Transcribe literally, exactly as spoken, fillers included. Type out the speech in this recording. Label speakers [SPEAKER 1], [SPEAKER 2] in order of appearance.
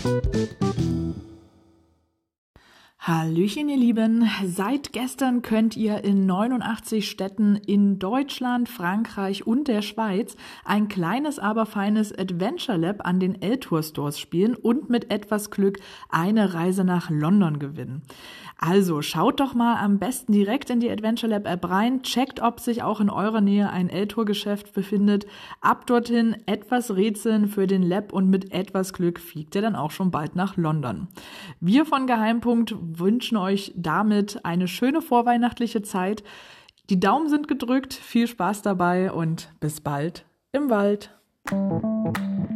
[SPEAKER 1] Hallöchen, ihr Lieben. Seit gestern könnt ihr in neunundachtzig Städten in Deutschland, Frankreich und der Schweiz ein kleines, aber feines Adventure Lab an den L-Tour Stores spielen und mit etwas Glück eine Reise nach London gewinnen. Also schaut doch mal am besten direkt in die Adventure Lab App rein, checkt, ob sich auch in eurer Nähe ein L-Tour-Geschäft befindet. Ab dorthin etwas rätseln für den Lab und mit etwas Glück fliegt ihr dann auch schon bald nach London. Wir von Geheimpunkt wünschen euch damit eine schöne vorweihnachtliche Zeit. Die Daumen sind gedrückt, viel Spaß dabei und bis bald im Wald.